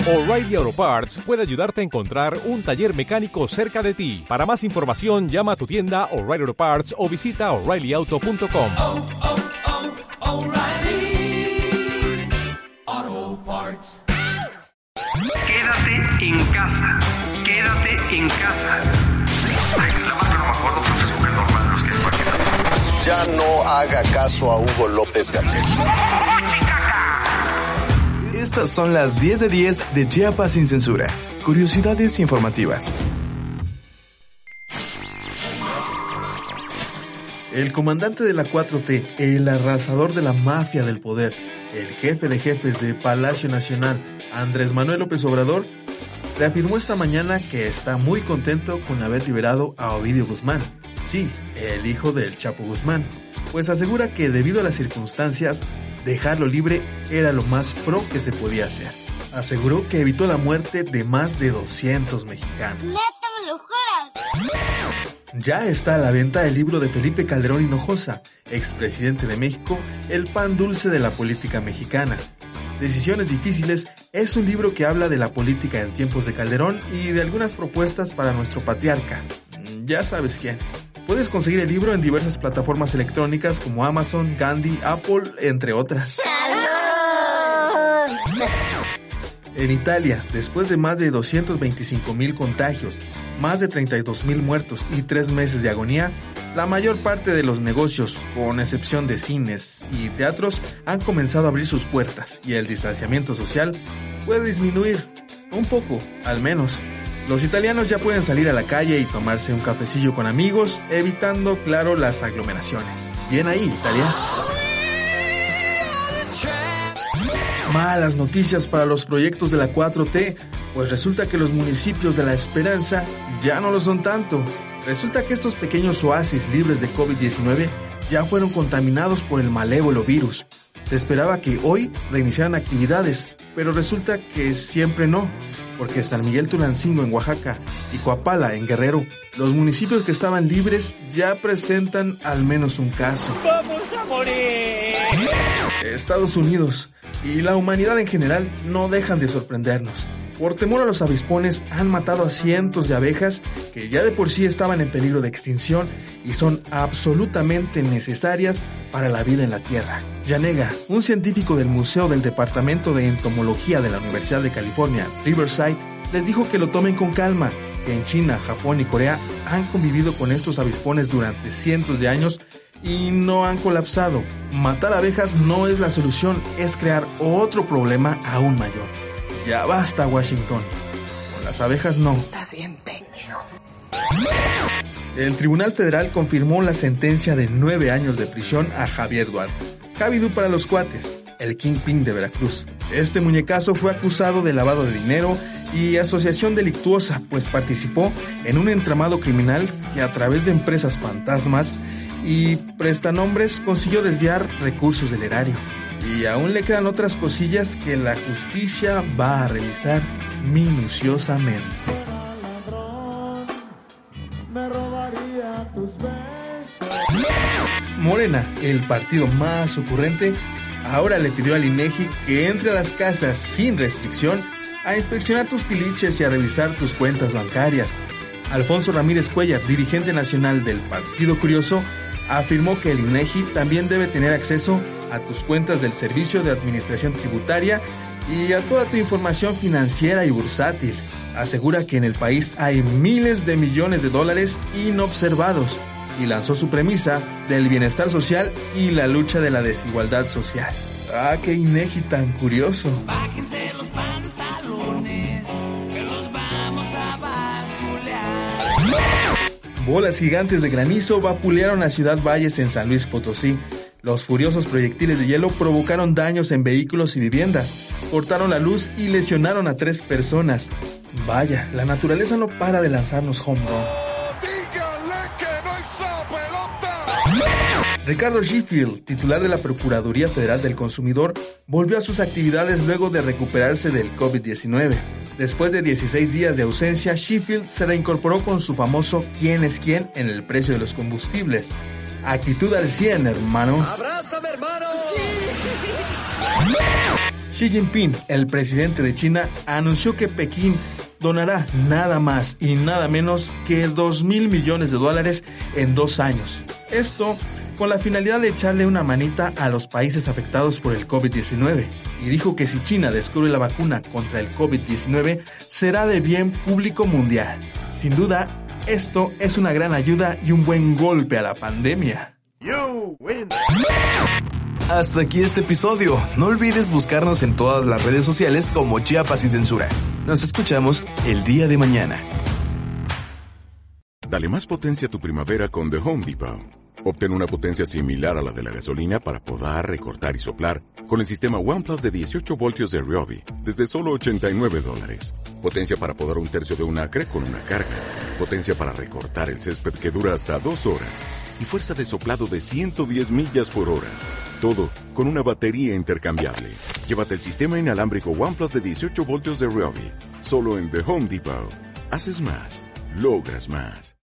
O'Reilly Auto Parts puede ayudarte a encontrar un taller mecánico cerca de ti. Para más información, llama a tu tienda O'Reilly Auto Parts o visita O'ReillyAuto.com. O'Reilly Auto Parts. Quédate en casa. Quédate en casa. Ay, la marca no me acuerdo, pero es súper normal los que imaginan. Ya no haga caso a Hugo López-Gatell. Estas son las 10 de 10 de Chiapas sin censura. Curiosidades informativas. El comandante de la 4T, el arrasador de la mafia del poder, el jefe de jefes de Palacio Nacional, Andrés Manuel López Obrador, reafirmó esta mañana que está muy contento con haber liberado a Ovidio Guzmán. Sí, el hijo del Chapo Guzmán, pues asegura que debido a las circunstancias, dejarlo libre era lo más pro que se podía hacer. Aseguró que evitó la muerte de más de 200 mexicanos. ¡Neta, me lo juras! Ya está a la venta el libro de Felipe Calderón Hinojosa, expresidente de México, El pan dulce de la política mexicana. Decisiones difíciles es un libro que habla de la política en tiempos de Calderón y de algunas propuestas para nuestro patriarca. Ya sabes quién. Puedes conseguir el libro en diversas plataformas electrónicas como Amazon, Gandhi, Apple, entre otras. ¡Salud! En Italia, después de más de 225,000 contagios, más de 32,000 muertos y 3 meses de agonía, la mayor parte de los negocios, con excepción de cines y teatros, han comenzado a abrir sus puertas y el distanciamiento social puede disminuir, un poco, al menos. Los italianos ya pueden salir a la calle y tomarse un cafecillo con amigos, evitando, claro, las aglomeraciones. Bien ahí, Italia. Malas noticias para los proyectos de la 4T, pues resulta que los municipios de La Esperanza ya no lo son tanto. Resulta que estos pequeños oasis libres de COVID-19 ya fueron contaminados por el malévolo virus. Se esperaba que hoy reiniciaran actividades, pero resulta que siempre no, porque San Miguel Tulancingo en Oaxaca y Coapala en Guerrero, los municipios que estaban libres ya presentan al menos un caso. ¡Vamos a morir! Estados Unidos y la humanidad en general no dejan de sorprendernos. Por temor a los avispones han matado a cientos de abejas que ya de por sí estaban en peligro de extinción y son absolutamente necesarias para la vida en la Tierra. Yanega, un científico del Museo del Departamento de Entomología de la Universidad de California, Riverside, les dijo que lo tomen con calma, que en China, Japón y Corea han convivido con estos avispones durante cientos de años y no han colapsado. Matar abejas no es la solución, es crear otro problema aún mayor. Ya basta, Washington. Con las abejas no. Estás bien pecho. El Tribunal Federal confirmó la sentencia de 9 años de prisión a Javier Duarte. Javi Du para los cuates, el Kingpin de Veracruz. Este muñecazo fue acusado de lavado de dinero y asociación delictuosa, pues participó en un entramado criminal que a través de empresas fantasmas y prestanombres consiguió desviar recursos del erario. Y aún le quedan otras cosillas que la justicia va a revisar minuciosamente. Morena, el partido más ocurrente, ahora le pidió al INEGI que entre a las casas sin restricción a inspeccionar tus tiliches y a revisar tus cuentas bancarias. Alfonso Ramírez Cuellar, dirigente nacional del Partido Curioso, afirmó que el INEGI también debe tener acceso a tus cuentas del Servicio de Administración Tributaria y a toda tu información financiera y bursátil. Asegura que en el país hay miles de millones de dólares inobservados y lanzó su premisa del bienestar social y la lucha de la desigualdad social. ¡Ah, qué INEGI tan curioso! Bájense los pantalones, que los vamos a basculear. Bolas gigantes de granizo vapulearon la ciudad Valles en San Luis Potosí. Los furiosos proyectiles de hielo provocaron daños en vehículos y viviendas, cortaron la luz y lesionaron a 3 personas. Vaya, la naturaleza no para de lanzarnos home run. Ricardo Sheffield, titular de la Procuraduría Federal del Consumidor, volvió a sus actividades luego de recuperarse del COVID-19. Después de 16 días de ausencia, Sheffield se reincorporó con su famoso ¿quién es quién? En el precio de los combustibles. Actitud al 100, hermano. ¡Abrázame, hermano! Xi Jinping, el presidente de China, anunció que Pekín donará nada más y nada menos que $2,000 millones en 2 años. Esto con la finalidad de echarle una manita a los países afectados por el COVID-19. Y dijo que si China descubre la vacuna contra el COVID-19, será de bien público mundial. Sin duda, esto es una gran ayuda y un buen golpe a la pandemia. Hasta aquí este episodio. No olvides buscarnos en todas las redes sociales como Chiapas Sin Censura. Nos escuchamos el día de mañana. Dale más potencia a tu primavera con The Home Depot. Obtén una potencia similar a la de la gasolina para podar, recortar y soplar con el sistema OnePlus de 18 voltios de Ryobi desde solo $89. Potencia para podar 1/3 de un acre con una carga. Potencia para recortar el césped que dura hasta 2 horas. Y fuerza de soplado de 110 millas por hora. Todo con una batería intercambiable. Llévate el sistema inalámbrico OnePlus de 18 voltios de Ryobi. Solo en The Home Depot. Haces más. Logras más.